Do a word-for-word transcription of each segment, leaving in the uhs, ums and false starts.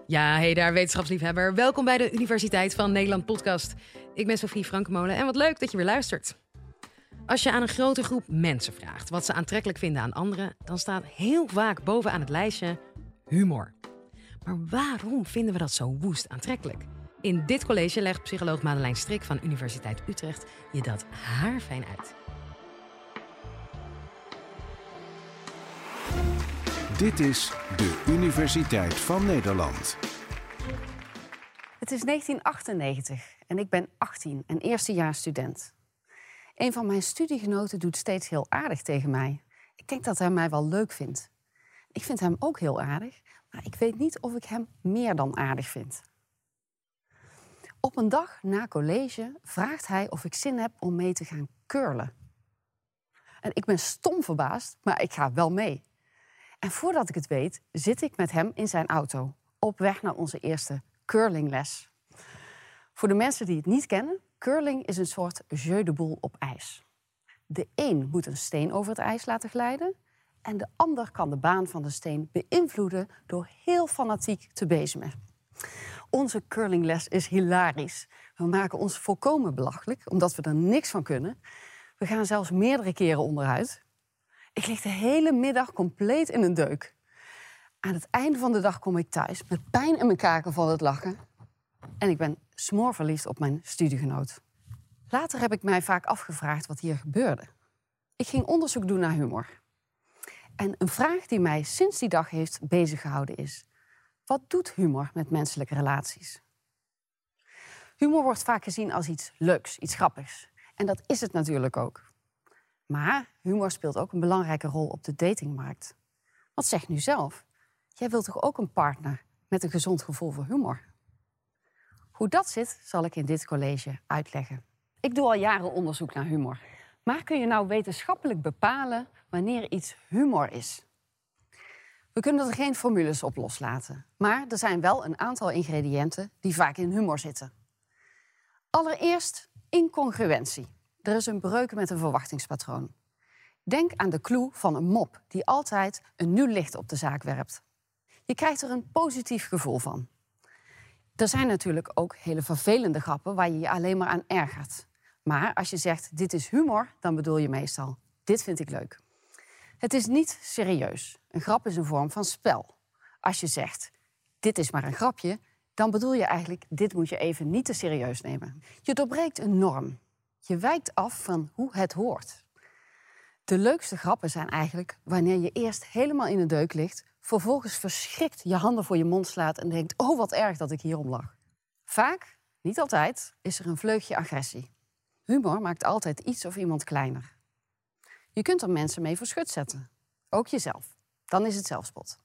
Ja, hey daar, wetenschapsliefhebber. Welkom bij de Universiteit van Nederland podcast. Ik ben Sophie Frankenmolen en wat leuk dat je weer luistert. Als je aan een grote groep mensen vraagt wat ze aantrekkelijk vinden aan anderen, dan staat heel vaak bovenaan het lijstje humor. Maar waarom vinden we dat zo woest aantrekkelijk? In dit college legt psycholoog Madeleine Strik van Universiteit Utrecht je dat haarfijn uit. Dit is de Universiteit van Nederland. Het is negentien achtennegentig en ik ben achttien en eerstejaars student. Een van mijn studiegenoten doet steeds heel aardig tegen mij. Ik denk dat hij mij wel leuk vindt. Ik vind hem ook heel aardig, maar ik weet niet of ik hem meer dan aardig vind. Op een dag na college vraagt hij of ik zin heb om mee te gaan curlen. En ik ben stom verbaasd, maar ik ga wel mee. En voordat ik het weet, zit ik met hem in zijn auto, op weg naar onze eerste curlingles. Voor de mensen die het niet kennen, curling is een soort jeu de boule op ijs. De een moet een steen over het ijs laten glijden en de ander kan de baan van de steen beïnvloeden door heel fanatiek te bezemen. Onze curlingles is hilarisch. We maken ons volkomen belachelijk, omdat we er niks van kunnen. We gaan zelfs meerdere keren onderuit. Ik lig de hele middag compleet in een deuk. Aan het einde van de dag kom ik thuis met pijn in mijn kaken van het lachen. En ik ben smoorverliefd op mijn studiegenoot. Later heb ik mij vaak afgevraagd wat hier gebeurde. Ik ging onderzoek doen naar humor. En een vraag die mij sinds die dag heeft beziggehouden is: wat doet humor met menselijke relaties? Humor wordt vaak gezien als iets leuks, iets grappigs. En dat is het natuurlijk ook. Maar humor speelt ook een belangrijke rol op de datingmarkt. Wat zeg nu zelf? Jij wilt toch ook een partner met een gezond gevoel voor humor? Hoe dat zit, zal ik in dit college uitleggen. Ik doe al jaren onderzoek naar humor. Maar kun je nou wetenschappelijk bepalen wanneer iets humor is? We kunnen er geen formules op loslaten. Maar er zijn wel een aantal ingrediënten die vaak in humor zitten. Allereerst incongruentie. Er is een breuk met een verwachtingspatroon. Denk aan de clue van een mop die altijd een nieuw licht op de zaak werpt. Je krijgt er een positief gevoel van. Er zijn natuurlijk ook hele vervelende grappen waar je je alleen maar aan ergert. Maar als je zegt dit is humor, dan bedoel je meestal dit vind ik leuk. Het is niet serieus. Een grap is een vorm van spel. Als je zegt dit is maar een grapje, dan bedoel je eigenlijk dit moet je even niet te serieus nemen. Je doorbreekt een norm. Je wijkt af van hoe het hoort. De leukste grappen zijn eigenlijk wanneer je eerst helemaal in de deuk ligt, vervolgens verschrikt je handen voor je mond slaat en denkt: oh, wat erg dat ik hierom lag. Vaak, niet altijd, is er een vleugje agressie. Humor maakt altijd iets of iemand kleiner. Je kunt er mensen mee voor schut zetten. Ook jezelf. Dan is het zelfspot.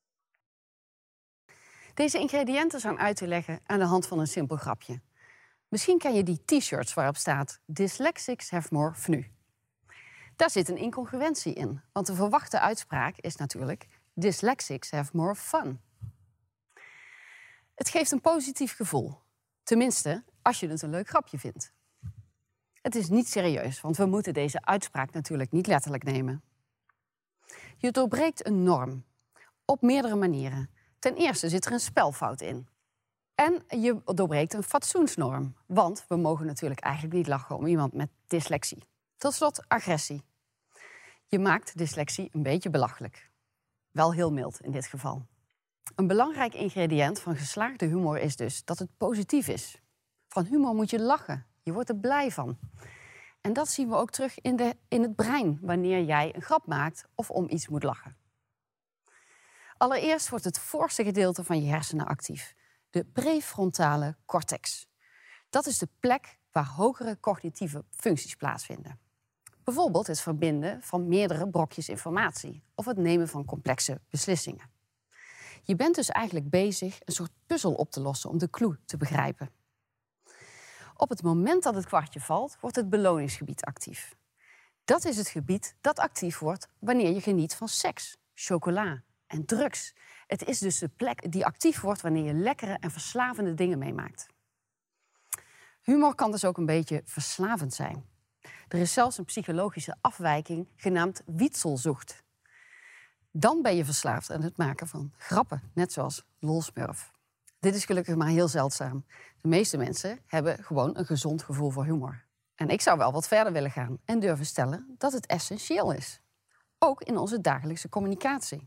Deze ingrediënten zijn uit te leggen aan de hand van een simpel grapje. Misschien ken je die t-shirts waarop staat Dyslexics have more fun. Daar zit een incongruentie in, want de verwachte uitspraak is natuurlijk Dyslexics have more fun. Het geeft een positief gevoel. Tenminste, als je het een leuk grapje vindt. Het is niet serieus, want we moeten deze uitspraak natuurlijk niet letterlijk nemen. Je doorbreekt een norm. Op meerdere manieren. Ten eerste zit er een spelfout in. En je doorbreekt een fatsoensnorm. Want we mogen natuurlijk eigenlijk niet lachen om iemand met dyslexie. Tot slot agressie. Je maakt dyslexie een beetje belachelijk. Wel heel mild in dit geval. Een belangrijk ingrediënt van geslaagde humor is dus dat het positief is. Van humor moet je lachen. Je wordt er blij van. En dat zien we ook terug in, de, in het brein wanneer jij een grap maakt of om iets moet lachen. Allereerst wordt het voorste gedeelte van je hersenen actief. De prefrontale cortex. Dat is de plek waar hogere cognitieve functies plaatsvinden. Bijvoorbeeld het verbinden van meerdere brokjes informatie of het nemen van complexe beslissingen. Je bent dus eigenlijk bezig een soort puzzel op te lossen om de clue te begrijpen. Op het moment dat het kwartje valt, wordt het beloningsgebied actief. Dat is het gebied dat actief wordt wanneer je geniet van seks, chocola en drugs. Het is dus de plek die actief wordt wanneer je lekkere en verslavende dingen meemaakt. Humor kan dus ook een beetje verslavend zijn. Er is zelfs een psychologische afwijking genaamd wietselzocht. Dan ben je verslaafd aan het maken van grappen, net zoals lolsmurf. Dit is gelukkig maar heel zeldzaam. De meeste mensen hebben gewoon een gezond gevoel voor humor. En ik zou wel wat verder willen gaan en durven stellen dat het essentieel is. Ook in onze dagelijkse communicatie.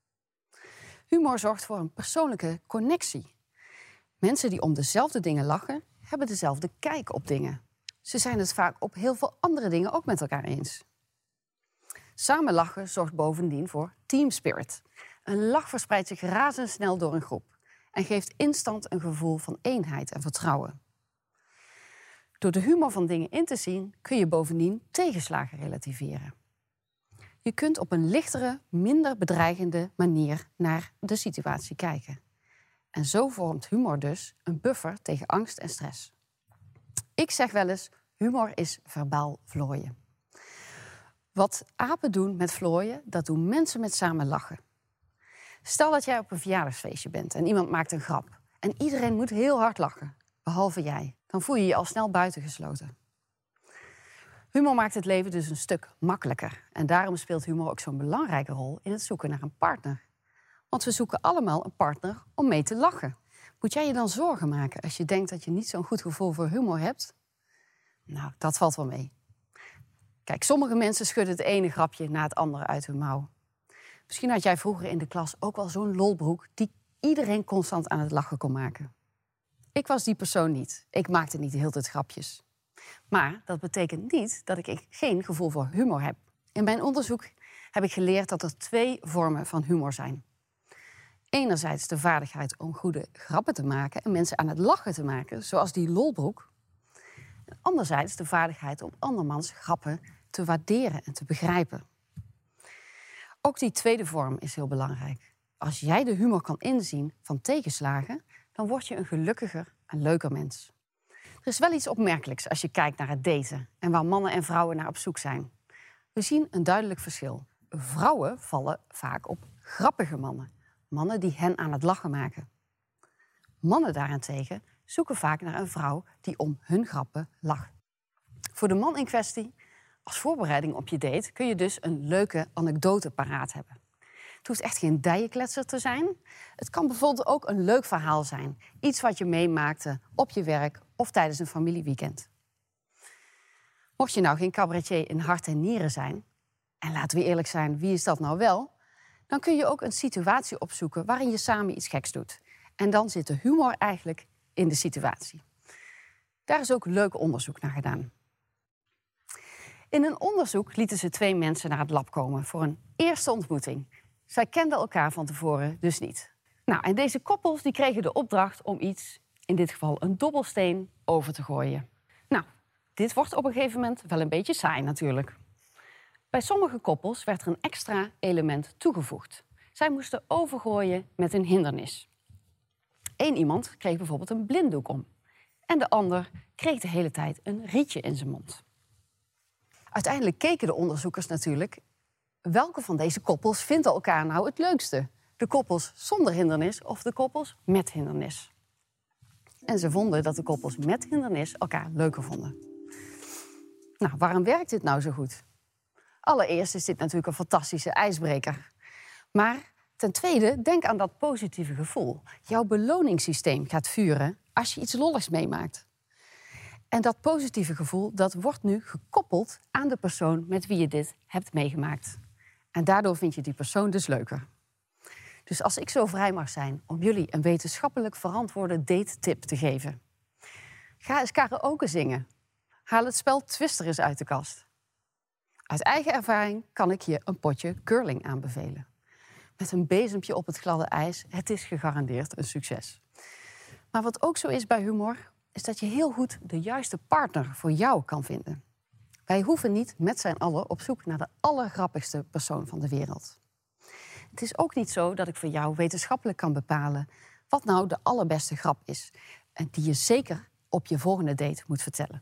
Humor zorgt voor een persoonlijke connectie. Mensen die om dezelfde dingen lachen, hebben dezelfde kijk op dingen. Ze zijn het vaak op heel veel andere dingen ook met elkaar eens. Samen lachen zorgt bovendien voor team spirit. Een lach verspreidt zich razendsnel door een groep en geeft instant een gevoel van eenheid en vertrouwen. Door de humor van dingen in te zien kun je bovendien tegenslagen relativeren. Je kunt op een lichtere, minder bedreigende manier naar de situatie kijken. En zo vormt humor dus een buffer tegen angst en stress. Ik zeg wel eens, humor is verbaal vlooien. Wat apen doen met vlooien, dat doen mensen met samen lachen. Stel dat jij op een verjaardagsfeestje bent en iemand maakt een grap. En iedereen moet heel hard lachen, behalve jij. Dan voel je je al snel buitengesloten. Humor maakt het leven dus een stuk makkelijker. En daarom speelt humor ook zo'n belangrijke rol in het zoeken naar een partner. Want we zoeken allemaal een partner om mee te lachen. Moet jij je dan zorgen maken als je denkt dat je niet zo'n goed gevoel voor humor hebt? Nou, dat valt wel mee. Kijk, sommige mensen schudden het ene grapje na het andere uit hun mouw. Misschien had jij vroeger in de klas ook wel zo'n lolbroek die iedereen constant aan het lachen kon maken. Ik was die persoon niet. Ik maakte niet de hele tijd grapjes. Maar dat betekent niet dat ik geen gevoel voor humor heb. In mijn onderzoek heb ik geleerd dat er twee vormen van humor zijn. Enerzijds de vaardigheid om goede grappen te maken en mensen aan het lachen te maken, zoals die lolbroek. En anderzijds de vaardigheid om andermans grappen te waarderen en te begrijpen. Ook die tweede vorm is heel belangrijk. Als jij de humor kan inzien van tegenslagen, dan word je een gelukkiger en leuker mens. Er is wel iets opmerkelijks als je kijkt naar het daten en waar mannen en vrouwen naar op zoek zijn. We zien een duidelijk verschil. Vrouwen vallen vaak op grappige mannen. Mannen die hen aan het lachen maken. Mannen daarentegen zoeken vaak naar een vrouw die om hun grappen lacht. Voor de man in kwestie, als voorbereiding op je date, kun je dus een leuke anekdote paraat hebben. Het hoeft echt geen dijenkletser te zijn. Het kan bijvoorbeeld ook een leuk verhaal zijn. Iets wat je meemaakte op je werk of tijdens een familieweekend. Mocht je nou geen cabaretier in hart en nieren zijn, en laten we eerlijk zijn, wie is dat nou wel? Dan kun je ook een situatie opzoeken waarin je samen iets geks doet. En dan zit de humor eigenlijk in de situatie. Daar is ook leuk onderzoek naar gedaan. In een onderzoek lieten ze twee mensen naar het lab komen voor een eerste ontmoeting. Zij kenden elkaar van tevoren dus niet. Nou, en deze koppels die kregen de opdracht om iets, in dit geval een dobbelsteen, over te gooien. Nou, dit wordt op een gegeven moment wel een beetje saai natuurlijk. Bij sommige koppels werd er een extra element toegevoegd. Zij moesten overgooien met een hindernis. Eén iemand kreeg bijvoorbeeld een blinddoek om. En de ander kreeg de hele tijd een rietje in zijn mond. Uiteindelijk keken de onderzoekers natuurlijk, welke van deze koppels vinden elkaar nou het leukste? De koppels zonder hindernis of de koppels met hindernis? En ze vonden dat de koppels met hindernis elkaar leuker vonden. Nou, waarom werkt dit nou zo goed? Allereerst is dit natuurlijk een fantastische ijsbreker. Maar ten tweede, denk aan dat positieve gevoel. Jouw beloningssysteem gaat vuren als je iets lolligs meemaakt. En dat positieve gevoel, dat wordt nu gekoppeld aan de persoon met wie je dit hebt meegemaakt. En daardoor vind je die persoon dus leuker. Dus als ik zo vrij mag zijn om jullie een wetenschappelijk verantwoorde date-tip te geven. Ga eens karaoke zingen. Haal het spel Twister eens uit de kast. Uit eigen ervaring kan ik je een potje curling aanbevelen. Met een bezempje op het gladde ijs, het is gegarandeerd een succes. Maar wat ook zo is bij humor, is dat je heel goed de juiste partner voor jou kan vinden. Wij hoeven niet met z'n allen op zoek naar de allergrappigste persoon van de wereld. Het is ook niet zo dat ik voor jou wetenschappelijk kan bepalen wat nou de allerbeste grap is en die je zeker op je volgende date moet vertellen.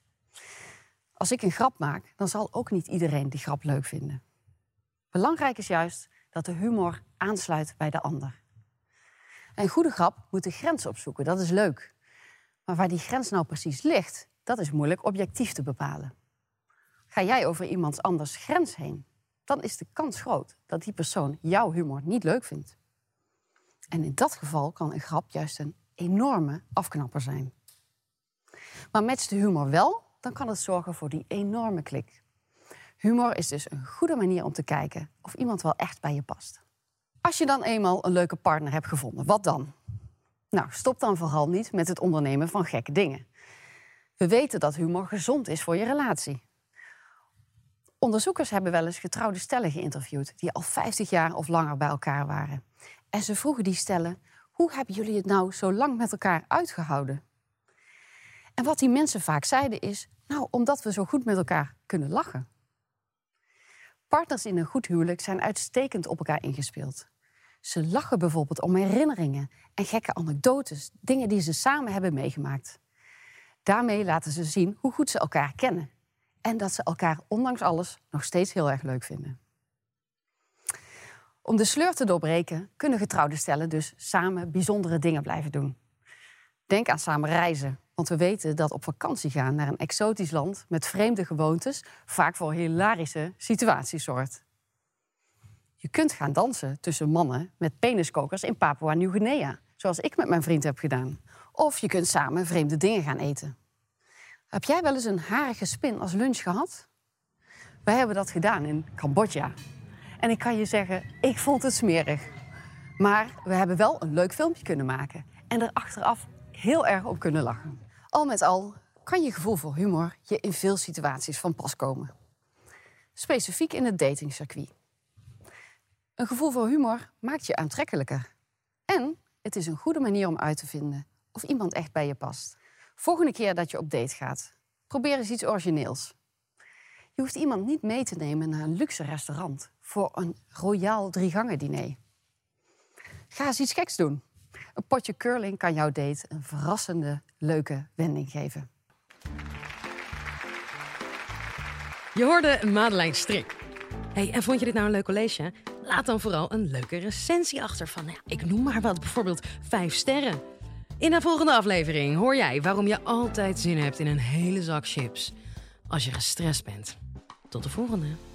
Als ik een grap maak, dan zal ook niet iedereen die grap leuk vinden. Belangrijk is juist dat de humor aansluit bij de ander. Een goede grap moet de grens opzoeken, dat is leuk. Maar waar die grens nou precies ligt, dat is moeilijk objectief te bepalen. Ga jij over iemands anders grens heen, dan is de kans groot dat die persoon jouw humor niet leuk vindt. En in dat geval kan een grap juist een enorme afknapper zijn. Maar matcht de humor wel, dan kan het zorgen voor die enorme klik. Humor is dus een goede manier om te kijken of iemand wel echt bij je past. Als je dan eenmaal een leuke partner hebt gevonden, wat dan? Nou, stop dan vooral niet met het ondernemen van gekke dingen. We weten dat humor gezond is voor je relatie. Onderzoekers hebben wel eens getrouwde stellen geïnterviewd die al vijftig jaar of langer bij elkaar waren. En ze vroegen die stellen, hoe hebben jullie het nou zo lang met elkaar uitgehouden? En wat die mensen vaak zeiden is, nou, omdat we zo goed met elkaar kunnen lachen. Partners in een goed huwelijk zijn uitstekend op elkaar ingespeeld. Ze lachen bijvoorbeeld om herinneringen en gekke anekdotes, dingen die ze samen hebben meegemaakt. Daarmee laten ze zien hoe goed ze elkaar kennen. En dat ze elkaar ondanks alles nog steeds heel erg leuk vinden. Om de sleur te doorbreken kunnen getrouwde stellen dus samen bijzondere dingen blijven doen. Denk aan samen reizen, want we weten dat op vakantie gaan naar een exotisch land met vreemde gewoontes vaak voor hilarische situaties zorgt. Je kunt gaan dansen tussen mannen met peniskokers in Papua Nieuw-Guinea, zoals ik met mijn vriend heb gedaan. Of je kunt samen vreemde dingen gaan eten. Heb jij wel eens een harige spin als lunch gehad? Wij hebben dat gedaan in Cambodja. En ik kan je zeggen, ik vond het smerig. Maar we hebben wel een leuk filmpje kunnen maken en er achteraf heel erg op kunnen lachen. Al met al kan je gevoel voor humor je in veel situaties van pas komen. Specifiek in het datingcircuit. Een gevoel voor humor maakt je aantrekkelijker. En het is een goede manier om uit te vinden of iemand echt bij je past. Volgende keer dat je op date gaat, probeer eens iets origineels. Je hoeft iemand niet mee te nemen naar een luxe restaurant voor een royaal driegangen diner. Ga eens iets geks doen. Een potje curling kan jouw date een verrassende, leuke wending geven. Je hoorde Madeleine Strik. Hey, en vond je dit nou een leuk college? Laat dan vooral een leuke recensie achter van, nou ja, ik noem maar wat, bijvoorbeeld vijf sterren. In de volgende aflevering hoor jij waarom je altijd zin hebt in een hele zak chips als je gestrest bent. Tot de volgende.